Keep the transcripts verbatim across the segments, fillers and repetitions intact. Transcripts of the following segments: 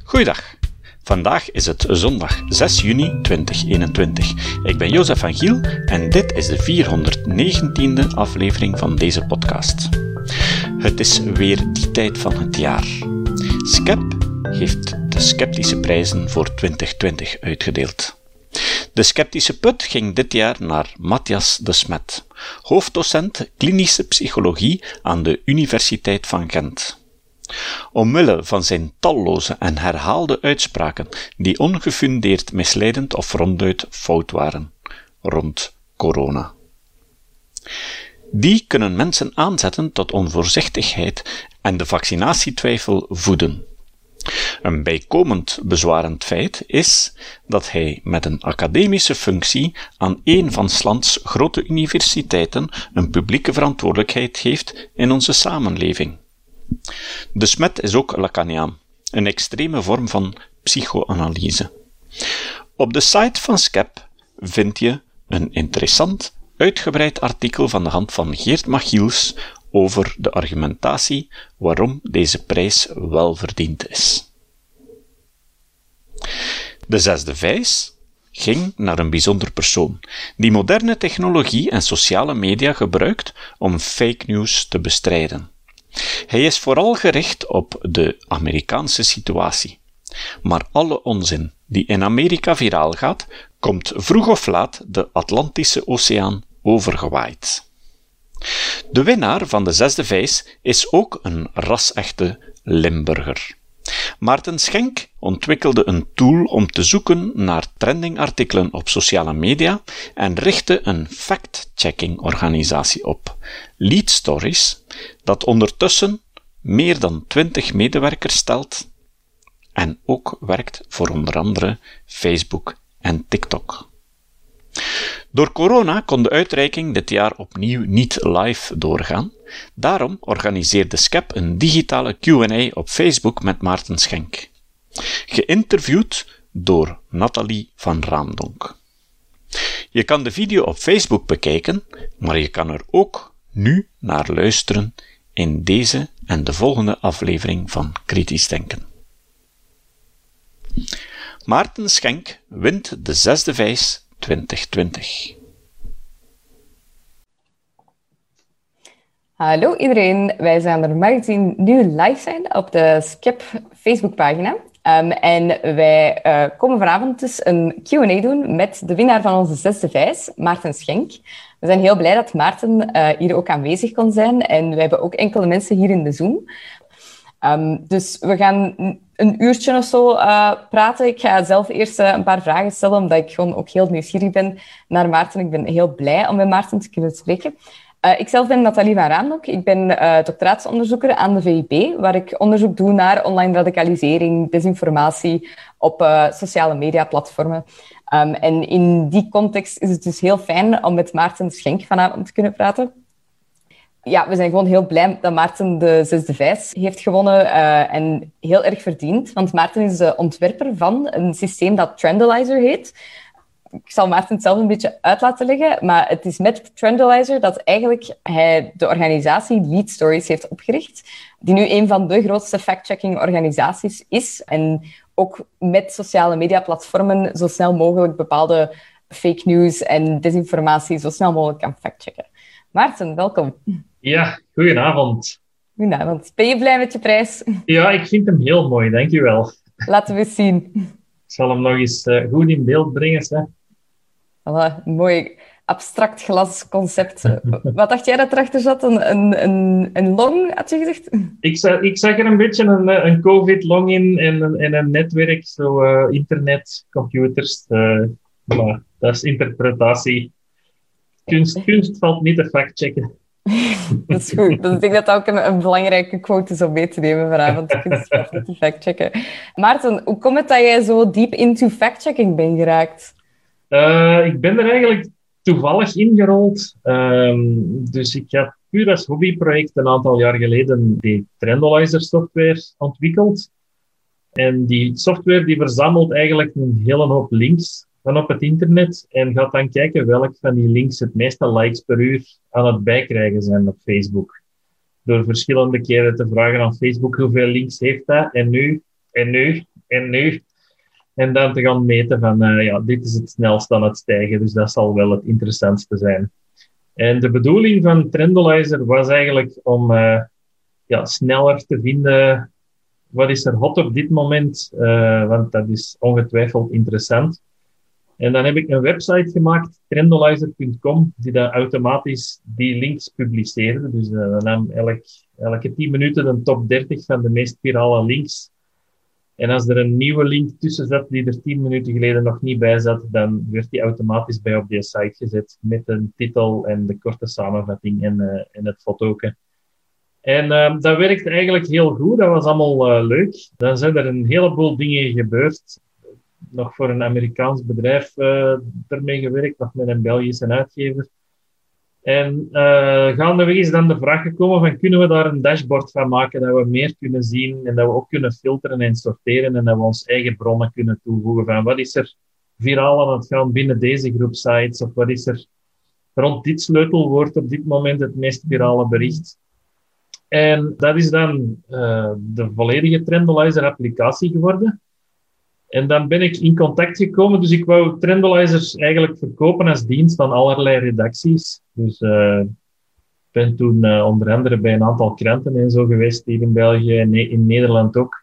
Goeiedag. Vandaag is het zondag zes juni tweeduizend eenentwintig. Ik ben Jozef van Giel en dit is de vierhonderdnegentiende aflevering van deze podcast. Het is weer die tijd van het jaar. Skep heeft de Sceptische prijzen voor twintig twintig uitgedeeld. De Sceptische put ging dit jaar naar Matthias de Smet, hoofddocent klinische psychologie aan de Universiteit van Gent. Omwille van zijn talloze en herhaalde uitspraken die ongefundeerd misleidend of ronduit fout waren rond corona. Die kunnen mensen aanzetten tot onvoorzichtigheid en de vaccinatietwijfel voeden. Een bijkomend bezwarend feit is dat hij met een academische functie aan een van 's lands grote universiteiten een publieke verantwoordelijkheid heeft in onze samenleving. De Smet is ook Lacaniaan, een extreme vorm van psychoanalyse. Op de site van Skep vind je een interessant, uitgebreid artikel van de hand van Geert Machiels over de argumentatie waarom deze prijs wel verdiend is. De zesde vijs ging naar een bijzonder persoon, die moderne technologie en sociale media gebruikt om fake news te bestrijden. Hij is vooral gericht op de Amerikaanse situatie. Maar alle onzin die in Amerika viraal gaat, komt vroeg of laat de Atlantische Oceaan overgewaaid. De winnaar van de zesde vijs is ook een ras-echte Limburger. Maarten Schenk ontwikkelde een tool om te zoeken naar trendingartikelen op sociale media en richtte een fact-checking-organisatie op, Lead Stories, dat ondertussen meer dan twintig medewerkers stelt en ook werkt voor onder andere Facebook en TikTok. Door corona kon de uitreiking dit jaar opnieuw niet live doorgaan. Daarom organiseerde Skep een digitale Q en A op Facebook met Maarten Schenk. Geïnterviewd door Nathalie van Raamdonk. Je kan de video op Facebook bekijken, maar je kan er ook nu naar luisteren in deze en de volgende aflevering van Kritisch Denken. Maarten Schenk wint de zesde vijs twintig twintig. Hallo iedereen, wij zijn er magazine nu live zijn op de Skep Facebookpagina. Um, en wij uh, komen vanavond dus een Q en A doen met de winnaar van onze zesde vijs, Maarten Schenk. We zijn heel blij dat Maarten uh, hier ook aanwezig kon zijn en we hebben ook enkele mensen hier in de Zoom. Um, dus we gaan een uurtje of zo uh, praten. Ik ga zelf eerst uh, een paar vragen stellen, omdat ik gewoon ook heel nieuwsgierig ben naar Maarten. Ik ben heel blij om met Maarten te kunnen spreken. Uh, ik zelf ben Nathalie van Raamdonk. Ik ben uh, doctoraatsonderzoeker aan de V I P, waar ik onderzoek doe naar online radicalisering, desinformatie op uh, sociale mediaplatformen. Um, en in die context is het dus heel fijn om met Maarten Schenk vanavond te kunnen praten. Ja, we zijn gewoon heel blij dat Maarten de zesde vijs heeft gewonnen uh, en heel erg verdiend. Want Maarten is de ontwerper van een systeem dat Trendalizer heet. Ik zal Maarten het zelf een beetje uit laten leggen, maar het is met Trendalizer dat eigenlijk hij de organisatie Lead Stories heeft opgericht, die nu een van de grootste fact-checking organisaties is en ook met sociale mediaplatformen zo snel mogelijk bepaalde fake news en desinformatie zo snel mogelijk kan factchecken. Maarten, welkom. Ja, goedenavond. Goedenavond. Ben je blij met je prijs? Ja, ik vind hem heel mooi, dankjewel. Laten we eens zien. Ik zal hem nog eens uh, goed in beeld brengen. Hè. Voilà, een mooi abstract glasconcept. Wat dacht jij dat erachter zat? Een, een, een, een long, had je gezegd? Ik zag, ik zag er een beetje een, een COVID-long in en een, en een netwerk, zo uh, internet, computers. Uh, maar dat is interpretatie. Kunst, kunst valt niet te factchecken. Dat is goed. Dus ik denk dat dat ook een, een belangrijke quote is om mee te nemen vanavond. Kunst valt niet te factchecken. Maarten, hoe komt het dat jij zo diep into factchecking bent geraakt? Uh, ik ben er eigenlijk toevallig ingerold. Um, dus ik heb puur als hobbyproject een aantal jaar geleden die Trendalizer software ontwikkeld. En die software die verzamelt eigenlijk een hele hoop links van op het internet en gaat dan kijken welk van die links het meeste likes per uur aan het bijkrijgen zijn op Facebook. Door verschillende keren te vragen aan Facebook hoeveel links heeft dat en nu, en nu, en nu? En dan te gaan meten van, uh, ja, dit is het snelst aan het stijgen, dus dat zal wel het interessantste zijn. En de bedoeling van Trendlyzer was eigenlijk om uh, ja, sneller te vinden wat is er hot op dit moment, uh, want dat is ongetwijfeld interessant. En dan heb ik een website gemaakt, trendlyzer punt com, die dat automatisch die links publiceerde. Dus uh, dan nam elk, elke tien minuten de top dertig van de meest virale links. En als er een nieuwe link tussen zat die er tien minuten geleden nog niet bij zat, dan werd die automatisch bij op die site gezet met een titel en de korte samenvatting en, uh, en het fotootje. En uh, dat werkte eigenlijk heel goed, dat was allemaal uh, leuk. Dan zijn er een heleboel dingen gebeurd. Nog voor een Amerikaans bedrijf uh, ermee gewerkt, nog met een Belgische uitgever. En uh, gaandeweg is dan de vraag gekomen van, kunnen we daar een dashboard van maken, dat we meer kunnen zien en dat we ook kunnen filteren en sorteren en dat we ons eigen bronnen kunnen toevoegen van, wat is er viraal aan het gaan binnen deze groep sites, of wat is er rond dit sleutelwoord op dit moment het meest virale bericht. En dat is dan uh, de volledige Trendlyzer applicatie geworden. En dan ben ik in contact gekomen, dus ik wou Trendlyzers eigenlijk verkopen als dienst aan allerlei redacties. Dus ik uh, ben toen uh, onder andere bij een aantal kranten en zo geweest, hier in België en in Nederland ook.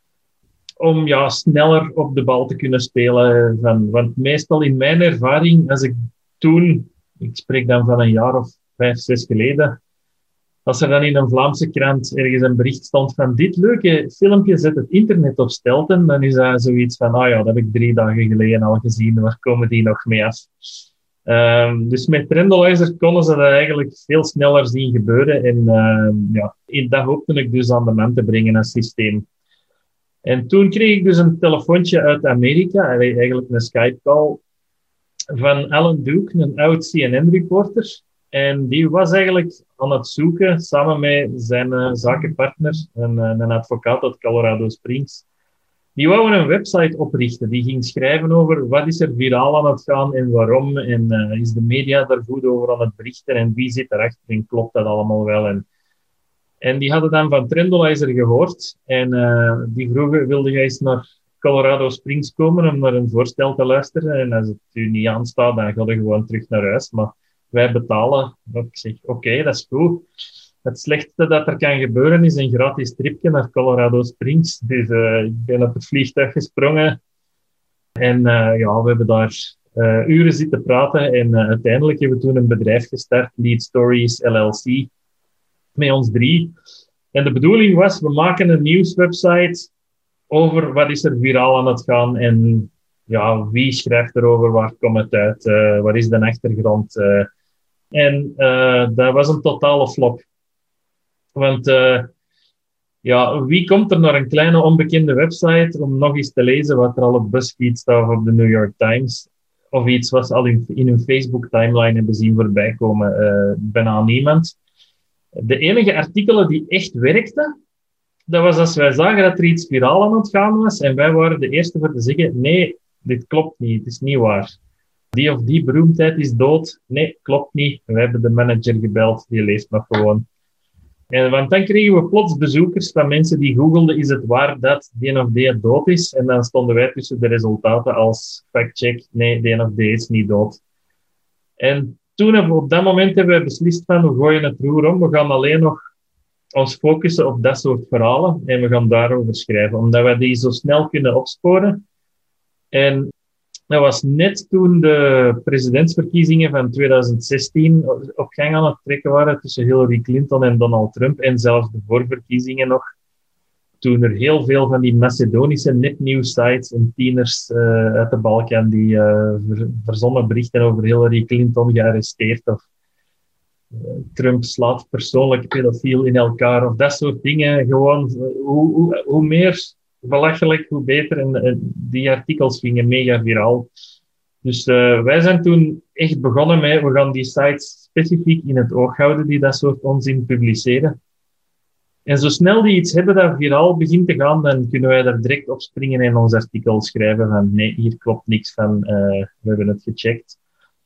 Om ja, sneller op de bal te kunnen spelen. Van, want meestal in mijn ervaring, als ik toen, ik spreek dan van een jaar of vijf, zes geleden, als er dan in een Vlaamse krant ergens een bericht stond van dit leuke filmpje zet het internet op stelten, dan is dat zoiets van, ah ja, dat heb ik drie dagen geleden al gezien, waar komen die nog mee af? Um, dus met Trendlyzer konden ze dat eigenlijk veel sneller zien gebeuren en um, ja, dat hoopte ik dus aan de man te brengen als systeem. En toen kreeg ik dus een telefoontje uit Amerika, eigenlijk een Skype-call, van Alan Duke, een oud C N N-reporter. En die was eigenlijk aan het zoeken, samen met zijn uh, zakenpartner, een, een advocaat uit Colorado Springs. Die wou een website oprichten. Die ging schrijven over wat is er viraal aan het gaan en waarom. En uh, is de media daar goed over aan het berichten en wie zit erachter en klopt dat allemaal wel. En, en die hadden dan van Trendlyzer gehoord. En uh, die vroegen, wilde jij eens naar Colorado Springs komen om naar een voorstel te luisteren? En als het u niet aanstaat, dan ga je gewoon terug naar huis. Maar wij betalen. Ik zeg, oké, okay, dat is goed. Het slechtste dat er kan gebeuren is een gratis tripje naar Colorado Springs. Dus uh, ik ben op het vliegtuig gesprongen. En uh, ja, we hebben daar uh, uren zitten praten. En uh, uiteindelijk hebben we toen een bedrijf gestart, Lead Stories L L C, met ons drie. En de bedoeling was, we maken een nieuwswebsite over wat is er viraal aan het gaan en ja, wie schrijft erover, waar komt het uit, uh, wat is de achtergrond. Uh, en uh, dat was een totale flop. Want uh, ja, wie komt er naar een kleine onbekende website om nog eens te lezen wat er al op BuzzFeed staat of op de New York Times? Of iets wat ze al in, in hun Facebook-timeline hebben zien voorbij komen. Uh, bijna niemand. De enige artikelen die echt werkten, dat was als wij zagen dat er iets viraal aan het gaan was. En wij waren de eerste voor te zeggen, nee, dit klopt niet, het is niet waar. Die of die beroemdheid is dood. Nee, klopt niet. We hebben de manager gebeld, die leeft nog gewoon. En, want dan kregen we plots bezoekers van mensen die googelden, is het waar dat die of die dood is? En dan stonden wij tussen de resultaten als factcheck, nee, die of die is niet dood. En toen hebben we op dat moment hebben we beslist van, we gooien het roer om, we gaan alleen nog ons focussen op dat soort verhalen en we gaan daarover schrijven, omdat we die zo snel kunnen opsporen. En dat was net toen de presidentsverkiezingen van twintig zestien op gang aan het trekken waren tussen Hillary Clinton en Donald Trump en zelfs de voorverkiezingen nog. Toen er heel veel van die Macedonische netnieuwsites en tieners uh, uit de Balkan die uh, ver, verzonnen berichten over Hillary Clinton gearresteerd of uh, Trump slaat persoonlijk pedofiel in elkaar of dat soort dingen. Gewoon, hoe, hoe, hoe meer belachelijk, hoe beter. En, en die artikels gingen mega viraal. Dus uh, wij zijn toen echt begonnen met, we gaan die sites specifiek in het oog houden die dat soort onzin publiceren. En zo snel die iets hebben dat viraal begint te gaan, dan kunnen wij daar direct op springen en ons artikel schrijven van nee, hier klopt niks van, uh, we hebben het gecheckt.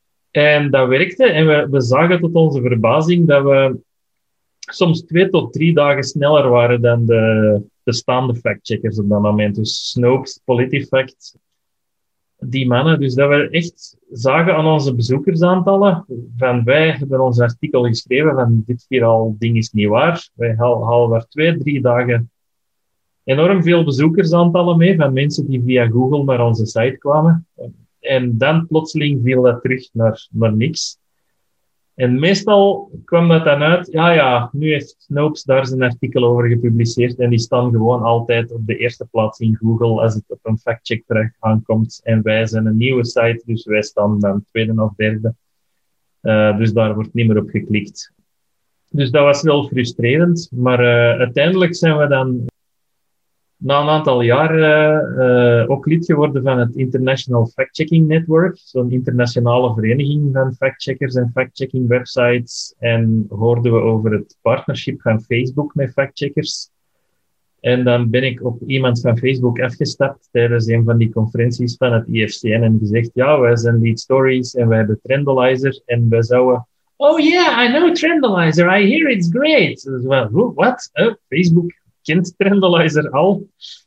En dat werkte en we, we zagen tot onze verbazing dat we soms twee tot drie dagen sneller waren dan de, bestaande factcheckers op dat moment. Dus Snopes, PolitiFact, die mannen. Dus dat we echt zagen aan onze bezoekersaantallen, van wij hebben ons artikel geschreven van dit viraal ding is niet waar. Wij halen daar twee, drie dagen enorm veel bezoekersaantallen mee van mensen die via Google naar onze site kwamen. En dan plotseling viel dat terug naar, naar niks. En meestal kwam dat dan uit, ja ja, nu heeft Snopes daar zijn artikel over gepubliceerd en die staan gewoon altijd op de eerste plaats in Google als het op een factcheck-vraag aankomt. En wij zijn een nieuwe site, dus wij staan dan tweede of derde. Uh, dus daar wordt niet meer op geklikt. Dus dat was wel frustrerend, maar uh, uiteindelijk zijn we dan na een aantal jaar uh, uh, ook lid geworden van het International Fact-Checking Network, zo'n internationale vereniging van factcheckers en fact-checking websites. En hoorden we over het partnership van Facebook met factcheckers. En dan ben ik op iemand van Facebook afgestapt tijdens een van die conferenties van het I F C N en gezegd, ja, wij zijn Lead Stories en wij hebben Trendlyzer en wij zouden... Oh yeah, I know Trendlyzer, I hear it's great. Dus, well, what? Oh, Facebook kent Trendlyzer al.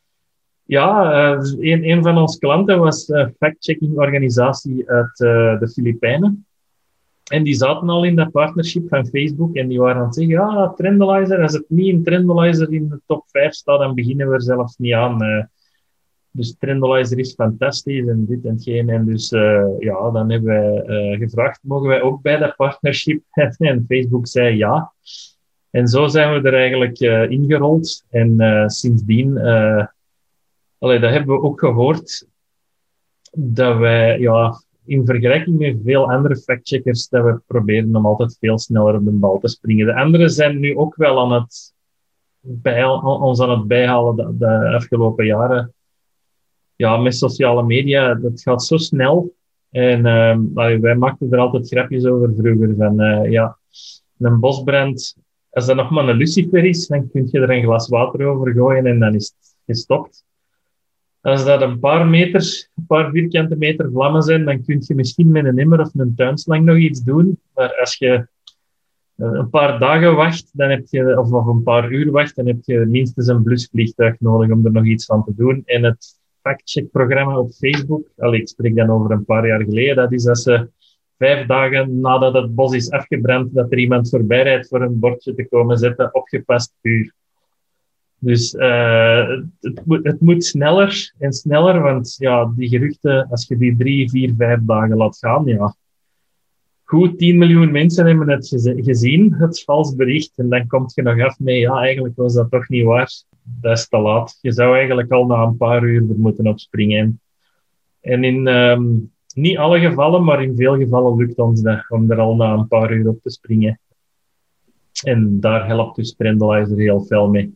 Ja, uh, een, een van onze klanten was een fact-checking organisatie uit uh, de Filipijnen. En die zaten al in dat partnership van Facebook en die waren aan het zeggen, ja, Trendlyzer, als het niet in Trendlyzer in de top vijf staat, dan beginnen we er zelfs niet aan. Uh, dus Trendlyzer is fantastisch en dit en geen. En dus uh, ja, dan hebben wij uh, gevraagd, mogen wij ook bij dat partnership? En Facebook zei ja. En zo zijn we er eigenlijk uh, ingerold. En uh, sindsdien, uh, allee, dat hebben we ook gehoord, dat wij, ja, in vergelijking met veel andere factcheckers, dat we proberen om altijd veel sneller op de bal te springen. De anderen zijn nu ook wel aan het bij, ons aan het bijhalen de, de afgelopen jaren. Ja, met sociale media, dat gaat zo snel. En uh, allee, wij maakten er altijd grapjes over vroeger. Van, uh, ja, een bosbrand... Als dat nog maar een lucifer is, dan kun je er een glas water over gooien en dan is het gestopt. Als dat een paar meters, een paar vierkante meter vlammen zijn, dan kun je misschien met een emmer of een tuinslang nog iets doen. Maar als je een paar dagen wacht, dan heb je, of, of een paar uur wacht, dan heb je minstens een blusvliegtuig nodig om er nog iets van te doen. En het factcheck-programma op Facebook, allee, ik spreek dan over een paar jaar geleden, dat is als ze vijf dagen nadat het bos is afgebrand, dat er iemand voorbij rijdt voor een bordje te komen zetten, opgepast vuur. Dus uh, het, moet, het moet sneller en sneller, want ja, die geruchten, als je die drie, vier, vijf dagen laat gaan, ja. Goed, tien miljoen mensen hebben het geze- gezien, het vals bericht, en dan kom je nog af mee, ja, eigenlijk was dat toch niet waar. Dat is te laat. Je zou eigenlijk al na een paar uur er moeten opspringen. En in... Um, Niet alle gevallen, maar in veel gevallen lukt ons dat om er al na een paar uur op te springen. En daar helpt dus Trendlyzer heel veel mee.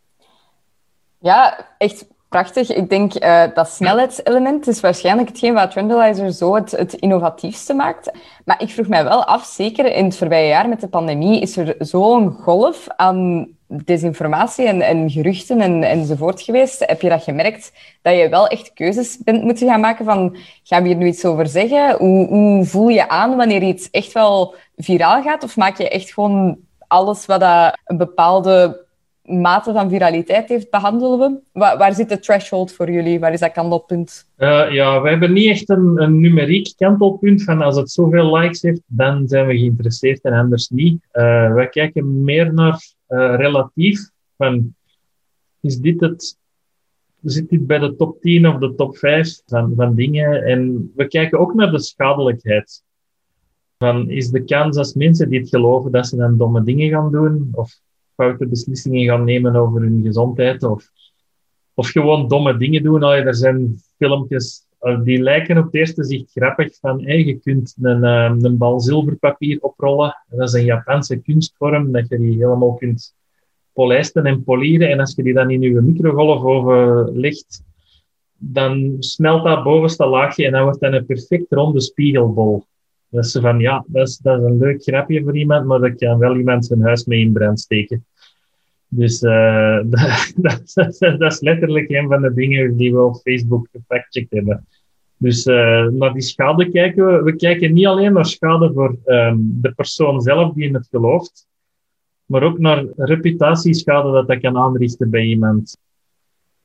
Ja, echt prachtig. Ik denk uh, dat snelheidselement is waarschijnlijk hetgeen wat Trendlyzer zo het, het innovatiefste maakt. Maar ik vroeg mij wel af, zeker in het voorbije jaar met de pandemie, is er zo'n golf aan desinformatie en, en geruchten en, enzovoort geweest. Heb je dat gemerkt, dat je wel echt keuzes bent moeten gaan maken van, gaan we hier nu iets over zeggen? Hoe, hoe voel je aan wanneer iets echt wel viraal gaat? Of maak je echt gewoon alles wat dat een bepaalde mate van viraliteit heeft, behandelen we? Waar, waar zit de threshold voor jullie? Waar is dat kantelpunt? Uh, ja, we hebben niet echt een, een numeriek kantelpunt van als het zoveel likes heeft, dan zijn we geïnteresseerd en anders niet. Uh, wij kijken meer naar uh, relatief van, is dit het, zit dit bij de top tien of de top vijf van, van dingen? En we kijken ook naar de schadelijkheid. Van, is de kans als mensen die het geloven dat ze dan domme dingen gaan doen, of foute beslissingen gaan nemen over hun gezondheid, of, of gewoon domme dingen doen. Allee, er zijn filmpjes die lijken op het eerste zicht grappig, van hey, je kunt een, een bal zilverpapier oprollen. Dat is een Japanse kunstvorm, dat je die helemaal kunt polijsten en polieren. En als je die dan in je microgolfoven legt, dan smelt dat bovenste laagje en dan wordt dat een perfect ronde spiegelbol. Dat is van, ja, dat is, dat is een leuk grapje voor iemand, maar dat kan wel iemand zijn huis mee in brand steken. Dus uh, dat, dat, dat is letterlijk een van de dingen die we op Facebook gefactcheckt hebben. Dus uh, naar die schade kijken we. We kijken niet alleen naar schade voor um, de persoon zelf die in het gelooft, maar ook naar reputatieschade dat dat kan aanrichten bij iemand.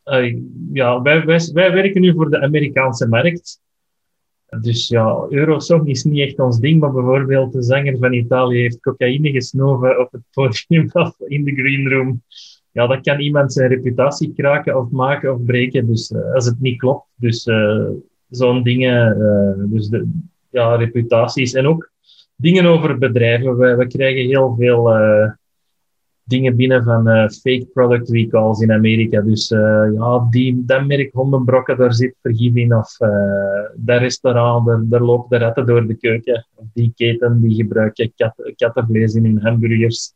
Uh, ja, wij, wij, wij werken nu voor de Amerikaanse markt. Dus ja, Eurosong is niet echt ons ding, maar bijvoorbeeld de zanger van Italië heeft cocaïne gesnoven op het podium of in de green room. Ja, dat kan iemand zijn reputatie kraken of maken of breken, dus uh, als het niet klopt. Dus uh, zo'n dingen, uh, dus de, ja, reputaties en ook dingen over bedrijven. We, we krijgen heel veel uh, dingen binnen van uh, fake product recalls in Amerika. Dus uh, ja, die, dat merk hondenbrokken, daar zit vergif in. Of uh, dat restaurant, daar, daar lopen de ratten door de keuken. Of die keten, die gebruiken kat, kattenvlees in hun hamburgers.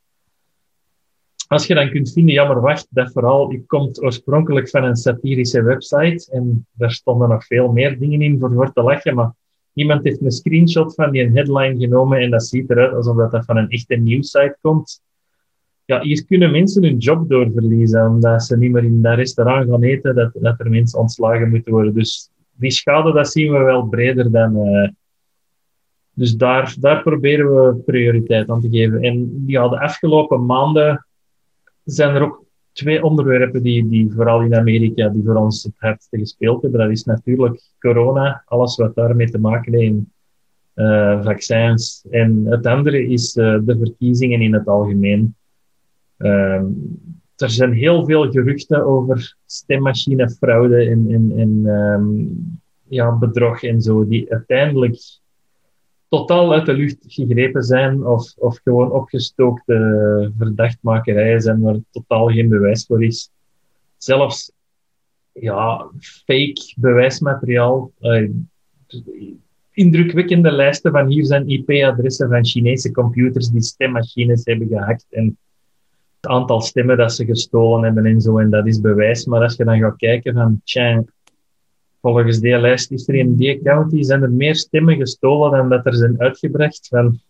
Als je dan kunt vinden, jammer wacht, dat vooral, je komt oorspronkelijk van een satirische website en daar stonden nog veel meer dingen in voor, voor te lachen, maar iemand heeft een screenshot van die headline genomen en dat ziet eruit alsof dat van een echte nieuwssite komt. Ja, hier kunnen mensen hun job door verliezen, omdat ze niet meer in dat restaurant gaan eten, dat, dat er mensen ontslagen moeten worden. Dus die schade, dat zien we wel breder dan... Uh, dus daar, daar proberen we prioriteit aan te geven. En ja, de afgelopen maanden zijn er ook twee onderwerpen die, die vooral in Amerika, die voor ons het hardste gespeeld hebben. Dat is natuurlijk corona, alles wat daarmee te maken heeft, uh, vaccins. En het andere is uh, de verkiezingen in het algemeen. Uh, er zijn heel veel geruchten over stemmachinefraude en, en, en um, ja, bedrog en zo, die uiteindelijk totaal uit de lucht gegrepen zijn of, of gewoon opgestookte verdachtmakerijen zijn waar totaal geen bewijs voor is. Zelfs ja, fake bewijsmateriaal. Uh, indrukwekkende lijsten van hier zijn I P-adressen van Chinese computers die stemmachines hebben gehackt en het aantal stemmen dat ze gestolen hebben en zo, en dat is bewijs. Maar als je dan gaat kijken van, tja, volgens die lijst is er in die county zijn er meer stemmen gestolen dan dat er zijn uitgebracht. Van,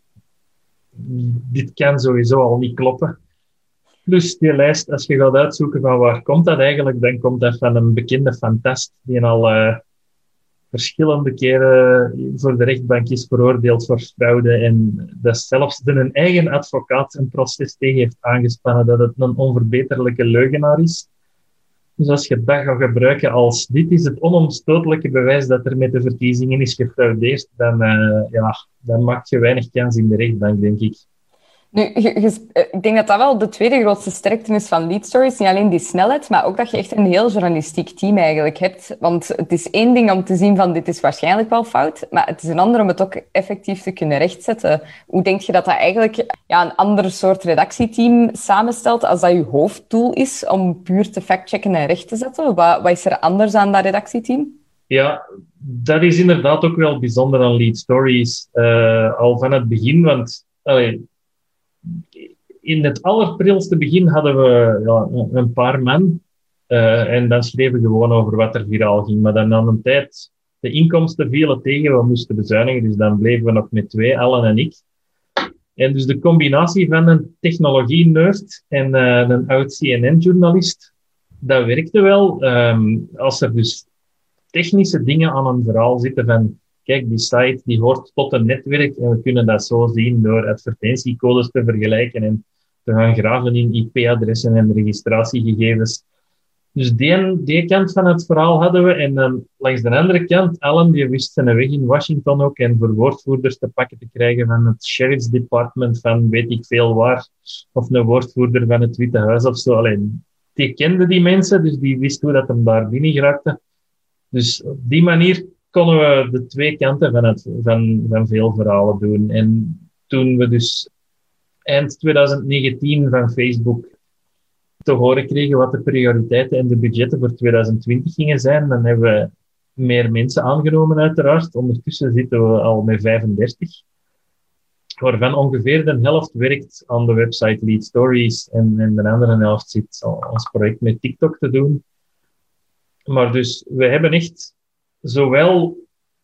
dit kan sowieso al niet kloppen. Plus die lijst, als je gaat uitzoeken van waar komt dat eigenlijk, dan komt dat van een bekende fantast die al uh, verschillende keren voor de rechtbank is veroordeeld voor fraude en dat zelfs hun eigen advocaat een proces tegen heeft aangespannen dat het een onverbeterlijke leugenaar is. Dus als je dat gaat gebruiken als dit is het onomstotelijke bewijs dat er met de verkiezingen is gefraudeerd, dan, uh, ja, dan maak je weinig kans in de rechtbank, denk ik. Nu, je, je, ik denk dat dat wel de tweede grootste sterkte is van Lead Stories. Niet alleen die snelheid, maar ook dat je echt een heel journalistiek team eigenlijk hebt. Want het is één ding om te zien van dit is waarschijnlijk wel fout, maar het is een ander om het ook effectief te kunnen rechtzetten. Hoe denk je dat dat eigenlijk ja, een ander soort redactieteam samenstelt als dat je hoofddoel is om puur te factchecken en recht te zetten? Wat, wat is er anders aan dat redactieteam? Ja, dat is inderdaad ook wel bijzonder aan Lead Stories. Uh, al van het begin, want... Allee, in het allerprilste begin hadden we ja, een paar man uh, en dan schreven we gewoon over wat er viraal ging. Maar dan na een tijd, de inkomsten vielen tegen, we moesten bezuinigen, dus dan bleven we nog met twee, Ellen en ik. En dus de combinatie van een technologie-nerd en uh, een oud C N N-journalist, dat werkte wel. Um, als er dus technische dingen aan een verhaal zitten van kijk, die site die hoort tot een netwerk en we kunnen dat zo zien door advertentiecodes te vergelijken en te gaan graven in I P-adressen en registratiegegevens. Dus die, die kant van het verhaal hadden we. En dan langs de andere kant, Alan, die wist zijn weg in Washington ook en voor woordvoerders te pakken te krijgen van het Sheriff's Department van weet ik veel waar, of een woordvoerder van het Witte Huis of zo. Alleen, die kende die mensen, dus die wist hoe dat hem daar binnen geraakte. Dus op die manier konden we de twee kanten van, het, van, van veel verhalen doen. En toen we dus eind twintig negentien van Facebook te horen kregen wat de prioriteiten en de budgetten voor twintig twintig gingen zijn, dan hebben we meer mensen aangenomen uiteraard. Ondertussen zitten we al met vijfendertig, waarvan ongeveer de helft werkt aan de website Lead Stories en, en de andere helft zit ons project met TikTok te doen. Maar dus, we hebben echt zowel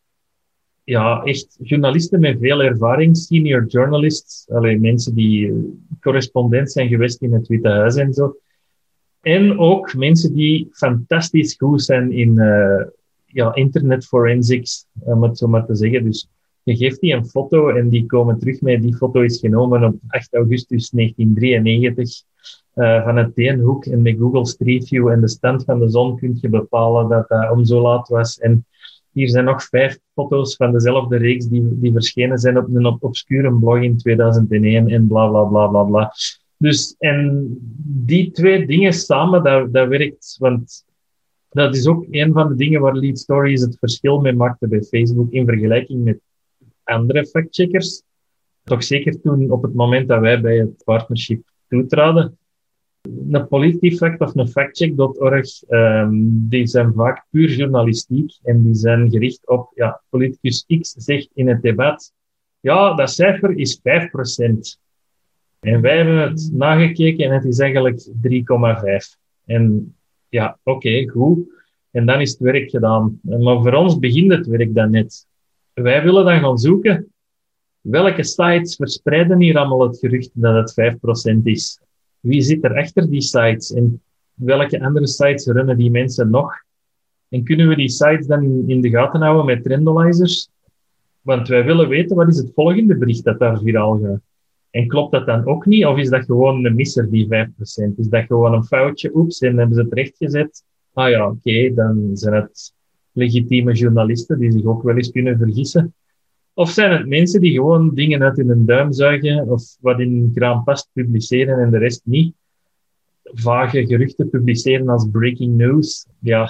ja, echt journalisten met veel ervaring, senior journalists, alleen mensen die uh, correspondent zijn geweest in het Witte Huis en zo. En ook mensen die fantastisch goed zijn in uh, ja, internet forensics, om het zo maar te zeggen. Dus Je geeft die een foto en die komen terug met die foto is genomen op acht augustus negentien drieënnegentig uh, van het Teenhoek. En met Google Street View en de stand van de zon kun je bepalen dat dat om zo laat was. En hier zijn nog vijf foto's van dezelfde reeks die, die verschenen zijn op een op obscure blog in tweeduizend één en bla bla bla bla bla. Dus, en die twee dingen samen, dat, dat werkt, want dat is ook een van de dingen waar Lead Stories het verschil mee maakte bij Facebook in vergelijking met andere factcheckers. Toch zeker toen, op het moment dat wij bij het partnership toetraden. Een PolitiFact of een factcheck punt org, um, die zijn vaak puur journalistiek en die zijn gericht op, ja, politicus X zegt in het debat, ja, dat cijfer is vijf procent. En wij hebben het nagekeken en het is eigenlijk drie komma vijf. En ja, oké, okay, goed. En dan is het werk gedaan. Maar voor ons begint het werk dan net. Wij willen dan gaan zoeken welke sites verspreiden hier allemaal het gerucht dat het vijf procent is. Wie zit er achter die sites? En welke andere sites runnen die mensen nog? En kunnen we die sites dan in, in de gaten houden met trendalizers? Want wij willen weten, wat is het volgende bericht dat daar viraal gaat? En klopt dat dan ook niet? Of is dat gewoon een misser, die vijf procent? Is dat gewoon een foutje? Oeps, en hebben ze het rechtgezet? Ah ja, oké, okay, dan zijn het legitieme journalisten die zich ook wel eens kunnen vergissen. Of zijn het mensen die gewoon dingen uit hun duim zuigen of wat in hun kraan past publiceren en de rest niet? Vage geruchten publiceren als breaking news. Ja,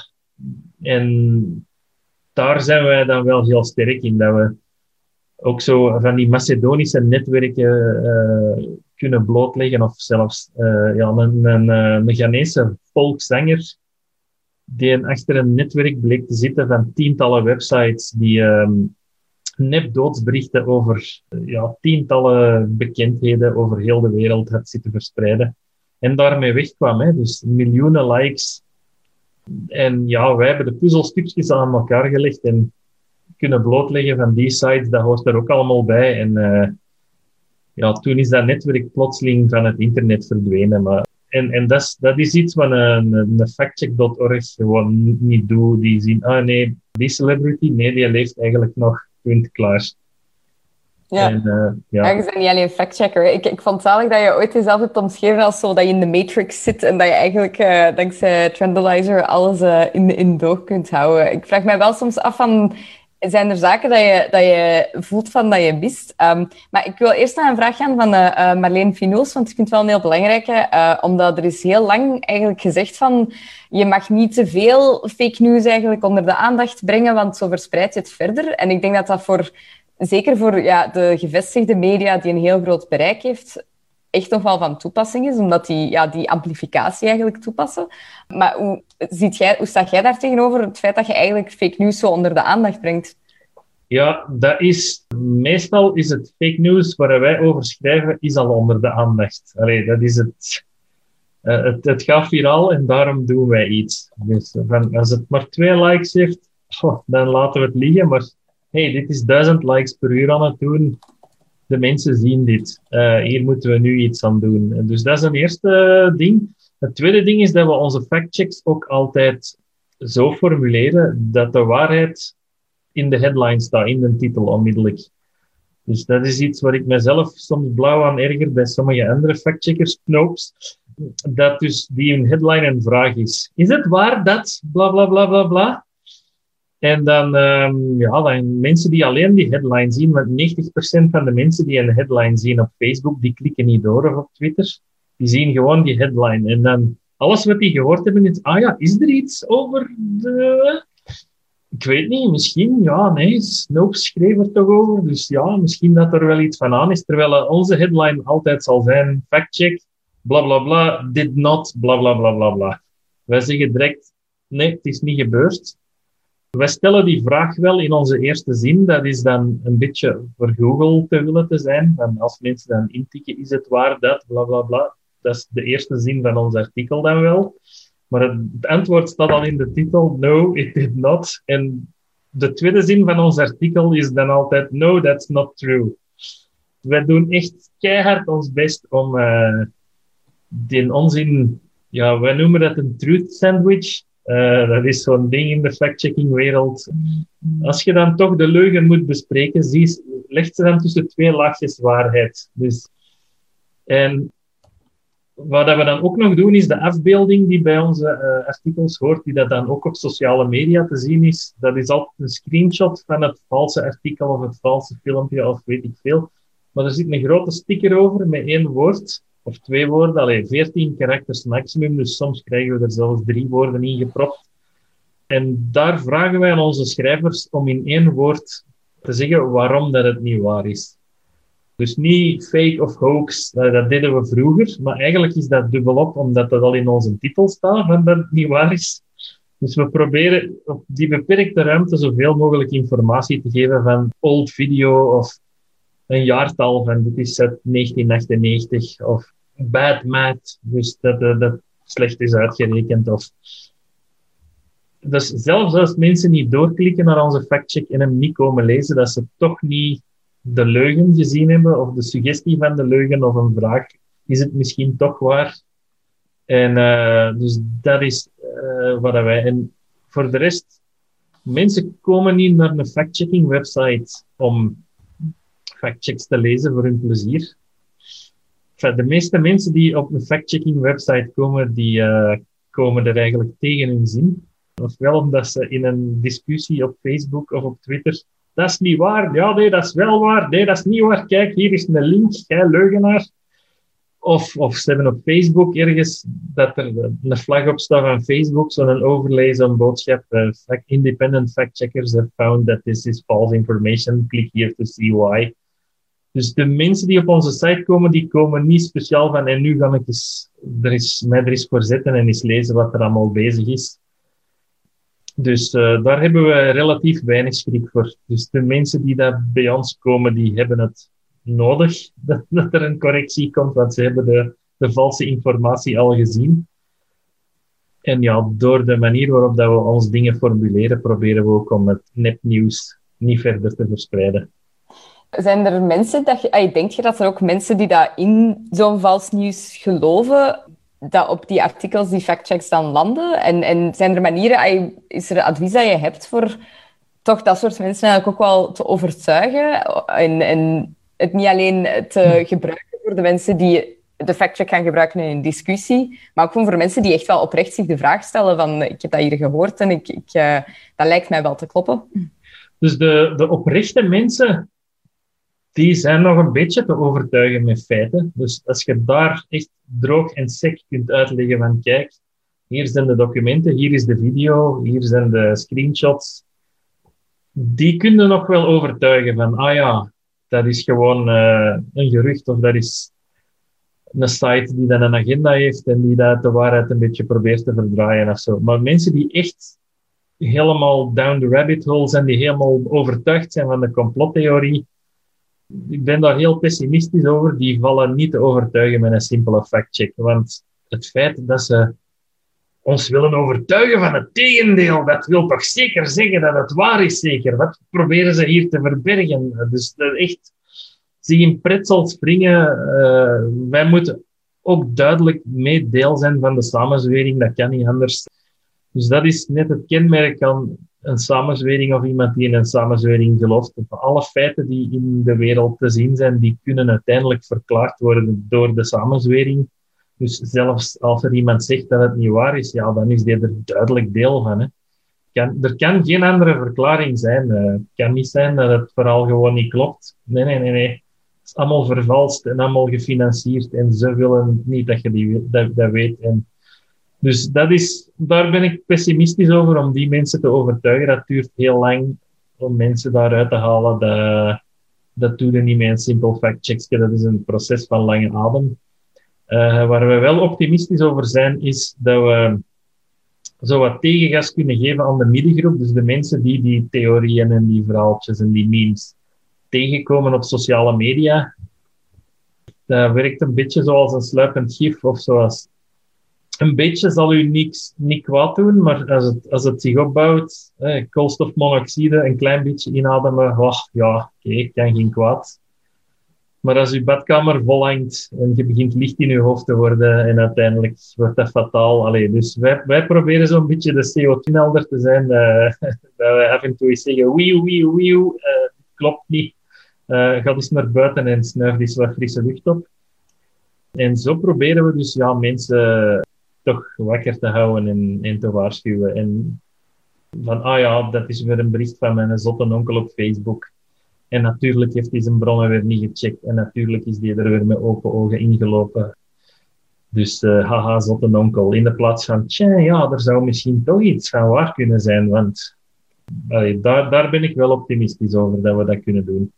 en daar zijn wij dan wel heel sterk in, dat we ook zo van die Macedonische netwerken uh, kunnen blootleggen, of zelfs uh, ja, een, een, een Ghanese volkszanger die achter een netwerk bleek te zitten van tientallen websites die um, nep doodsberichten over ja, tientallen bekendheden over heel de wereld had zitten verspreiden. En daarmee wegkwam, hè. Dus miljoenen likes. En ja, wij hebben de puzzelstukjes aan elkaar gelegd en kunnen blootleggen van die sites, dat hoort er ook allemaal bij. En uh, ja, toen is dat netwerk plotseling van het internet verdwenen. Maar, en en dat, is, dat is iets wat een, een factcheck punt org gewoon niet doet. Die zien, ah nee, die celebrity, nee, die leeft eigenlijk nog, punt, klaar. Ja, en, uh, ja. ja, je bent niet alleen een factchecker. Ik, ik vond het zalig dat je ooit jezelf hebt omschreven als zo dat je in de Matrix zit en dat je eigenlijk uh, dankzij Trendalizer alles uh, in, in doog kunt houden. Ik vraag mij wel soms af van, zijn er zaken dat je, dat je voelt van dat je mist? Um, maar ik wil eerst naar een vraag gaan van uh, uh, Marleen Finoos, want ik vind het wel een heel belangrijke, uh, omdat er is heel lang eigenlijk gezegd van, je mag niet te veel fake news eigenlijk onder de aandacht brengen, want zo verspreidt je het verder. En ik denk dat dat voor, zeker voor ja, de gevestigde media die een heel groot bereik heeft, echt nog wel van toepassing is, omdat die ja, die amplificatie eigenlijk toepassen. Maar hoe, ziet jij, hoe sta jij daar tegenover het feit dat je eigenlijk fake news zo onder de aandacht brengt? Ja, dat is... Meestal is het fake news waar wij over schrijven, is al onder de aandacht. Allee, dat is het... Uh, het, het gaat viraal en daarom doen wij iets. Dus van, als het maar twee likes heeft, oh, dan laten we het liggen. Maar hey, dit is duizend likes per uur aan het doen. De mensen zien dit. Uh, hier moeten we nu iets aan doen. En dus dat is een eerste ding. Het tweede ding is dat we onze factchecks ook altijd zo formuleren dat de waarheid in de headline staat, in de titel onmiddellijk. Dus dat is iets waar ik mezelf soms blauw aan erger bij sommige andere factcheckers, knoops. Dat dus die een headline een vraag is. Is het waar dat bla bla bla bla bla? En dan, um, ja, dan mensen die alleen die headline zien, want negentig procent van de mensen die een headline zien op Facebook, die klikken niet door of op Twitter. Die zien gewoon die headline. En dan, alles wat die gehoord hebben is, ah ja, is er iets over de... Ik weet niet, misschien, ja, nee, Snopes schreef er toch over, dus ja, misschien dat er wel iets van aan is, terwijl onze headline altijd zal zijn, factcheck, bla bla bla, did not, bla bla bla bla bla. Wij zeggen direct, nee, het is niet gebeurd. Wij stellen die vraag wel in onze eerste zin, dat is dan een beetje voor Google te willen te zijn, want als mensen dan intikken, is het waar dat, bla bla bla, dat is de eerste zin van ons artikel dan wel. Maar het, het antwoord staat al in de titel, no, it did not. En de tweede zin van ons artikel is dan altijd, no, that's not true. Wij doen echt keihard ons best om uh, die onzin, ja, wij noemen dat een truth sandwich, Uh, dat is zo'n ding in de fact-checking-wereld. Als je dan toch de leugen moet bespreken, zie, legt ze dan tussen twee laagjes waarheid. Dus, en wat we dan ook nog doen, is de afbeelding die bij onze uh, artikels hoort, die dat dan ook op sociale media te zien is. Dat is altijd een screenshot van het valse artikel of het valse filmpje of weet ik veel. Maar er zit een grote sticker over met één woord. Of twee woorden, alleen veertien karakters maximum, dus soms krijgen we er zelfs drie woorden in gepropt. En daar vragen wij aan onze schrijvers om in één woord te zeggen waarom dat het niet waar is. Dus niet fake of hoax, dat deden we vroeger, maar eigenlijk is dat dubbelop, omdat dat al in onze titel staat, van dat het niet waar is. Dus we proberen op die beperkte ruimte zoveel mogelijk informatie te geven van old video of een jaartal van dit is uit negentien achtennegentig of bad math, dus dat, dat, dat slecht is uitgerekend. Of... Dus zelfs als mensen niet doorklikken naar onze factcheck en hem niet komen lezen, dat ze toch niet de leugen gezien hebben of de suggestie van de leugen of een vraag, is het misschien toch waar? En uh, dus dat is uh, wat wij... En voor de rest, mensen komen niet naar een fact-checking website om factchecks te lezen voor hun plezier. Enfin, de meeste mensen die op een fact-checking website komen, die uh, komen er eigenlijk tegen hun zin. Ofwel omdat ze in een discussie op Facebook of op Twitter, dat is niet waar, ja nee, dat is wel waar, nee, dat is niet waar, kijk, hier is een link, jij leugenaar. Of, of ze hebben op Facebook ergens dat er een vlag op staat van Facebook, zo'n overlay, zo'n boodschap. Uh, independent fact-checkers have found that this is false information. Click here to see why. Dus de mensen die op onze site komen, die komen niet speciaal van en nu ga ik eens, er is, mij er eens voor zetten en eens lezen wat er allemaal bezig is. Dus uh, daar hebben we relatief weinig schrik voor. Dus de mensen die daar bij ons komen, die hebben het nodig dat, dat er een correctie komt, want ze hebben de, de valse informatie al gezien. En ja, door de manier waarop dat we ons dingen formuleren, proberen we ook om het nepnieuws niet verder te verspreiden. Zijn er mensen, dat je, ah, denk je dat er ook mensen die dat in zo'n vals nieuws geloven, dat op die artikels, die factchecks dan landen? En, en zijn er manieren, ah, is er advies dat je hebt voor toch dat soort mensen eigenlijk ook wel te overtuigen en, en het niet alleen te gebruiken voor de mensen die de factcheck gaan gebruiken in een discussie, maar ook gewoon voor mensen die echt wel oprecht zich de vraag stellen van ik heb dat hier gehoord en ik, ik, uh, dat lijkt mij wel te kloppen. Dus de, de oprechte mensen, die zijn nog een beetje te overtuigen met feiten. Dus als je daar echt droog en sec kunt uitleggen van kijk, hier zijn de documenten, hier is de video, hier zijn de screenshots, die kunnen nog wel overtuigen van ah ja, dat is gewoon uh, een gerucht of dat is een site die dan een agenda heeft en die dat de waarheid een beetje probeert te verdraaien of zo. Maar mensen die echt helemaal down the rabbit hole zijn, die helemaal overtuigd zijn van de complottheorie, ik ben daar heel pessimistisch over, die vallen niet te overtuigen met een simpele factcheck. Want het feit dat ze ons willen overtuigen van het tegendeel, dat wil toch zeker zeggen dat het waar is, zeker. Wat proberen ze hier te verbergen? Dus echt zich in pretzel springen. Uh, wij moeten ook duidelijk mee deel zijn van de samenzwering, dat kan niet anders. Dus dat is net het kenmerk aan een samenzwering of iemand die in een samenzwering gelooft. Alle feiten die in de wereld te zien zijn, die kunnen uiteindelijk verklaard worden door de samenzwering. Dus zelfs als er iemand zegt dat het niet waar is, ja, dan is die er duidelijk deel van. Hè. Kan, er kan geen andere verklaring zijn. Uh, het kan niet zijn dat het verhaal gewoon niet klopt. Nee, nee, nee, nee. Het is allemaal vervalst en allemaal gefinancierd en ze willen niet dat je die, dat, dat weet. En dus dat is, daar ben ik pessimistisch over, om die mensen te overtuigen. Dat duurt heel lang om mensen daaruit te halen. Dat, dat doe je niet met een simpel factcheckje. Dat is een proces van lange adem. Uh, waar we wel optimistisch over zijn, is dat we zo wat tegengas kunnen geven aan de middengroep. Dus de mensen die die theorieën en die verhaaltjes en die memes tegenkomen op sociale media. Dat werkt een beetje zoals een sluipend gif of zoals... Een beetje zal u niks, niet kwaad doen, maar als het, als het zich opbouwt, eh, koolstofmonoxide, een klein beetje inademen, oh, ja, oké, okay, kan geen kwaad. Maar als je badkamer vol hangt en je begint licht in je hoofd te worden en uiteindelijk wordt dat fataal. Allee, dus wij, wij proberen zo'n beetje de C O twee helder te zijn. Uh, dat wij af en toe eens zeggen, wieuw, wieuw, wieuw, uh, klopt niet. Uh, ga eens naar buiten en snuif eens wat frisse lucht op. En zo proberen we dus ja, mensen toch wakker te houden en, en te waarschuwen. En van, ah ja, dat is weer een bericht van mijn zotte onkel op Facebook. En natuurlijk heeft hij zijn bronnen weer niet gecheckt. En natuurlijk is die er weer met open ogen ingelopen. Dus uh, haha, zotte onkel. In de plaats van, tja, ja, er zou misschien toch iets van waar kunnen zijn. Want allee, daar, daar ben ik wel optimistisch over dat we dat kunnen doen.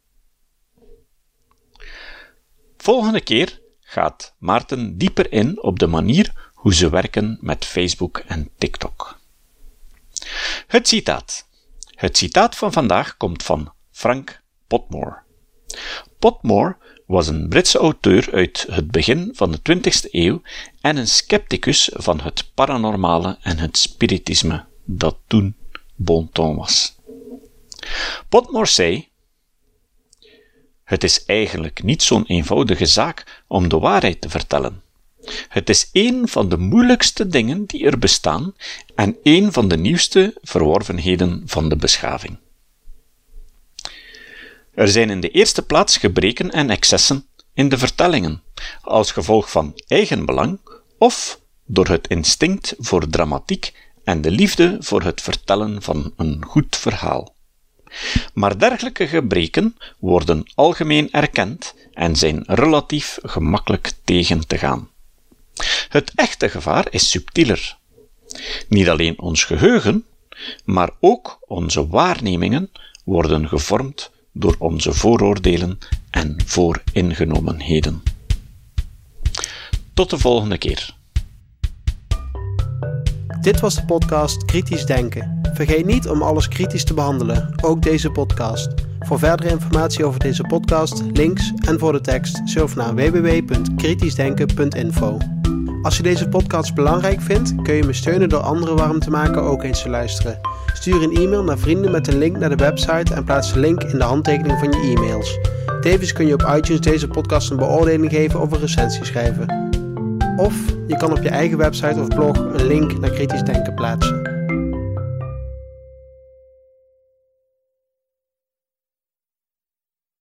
Volgende keer gaat Maarten dieper in op de manier hoe ze werken met Facebook en TikTok. Het citaat. Het citaat van vandaag komt van Frank Podmore. Podmore was een Britse auteur uit het begin van de twintigste eeuw en een scepticus van het paranormale en het spiritisme dat toen bon ton was. Podmore zei: het is eigenlijk niet zo'n eenvoudige zaak om de waarheid te vertellen. Het is een van de moeilijkste dingen die er bestaan en een van de nieuwste verworvenheden van de beschaving. Er zijn in de eerste plaats gebreken en excessen in de vertellingen, als gevolg van eigenbelang of door het instinct voor dramatiek en de liefde voor het vertellen van een goed verhaal. Maar dergelijke gebreken worden algemeen erkend en zijn relatief gemakkelijk tegen te gaan. Het echte gevaar is subtieler. Niet alleen ons geheugen, maar ook onze waarnemingen worden gevormd door onze vooroordelen en vooringenomenheden. Tot de volgende keer. Dit was de podcast Kritisch Denken. Vergeet niet om alles kritisch te behandelen, ook deze podcast. Voor verdere informatie over deze podcast, links en voor de tekst, surf naar w w w punt kritisch denken punt info. Als je deze podcast belangrijk vindt, kun je me steunen door anderen warm te maken ook eens te luisteren. Stuur een e-mail naar vrienden met een link naar de website en plaats de link in de handtekening van je e-mails. Tevens kun je op iTunes deze podcast een beoordeling geven of een recensie schrijven. Of je kan op je eigen website of blog een link naar Kritisch Denken plaatsen.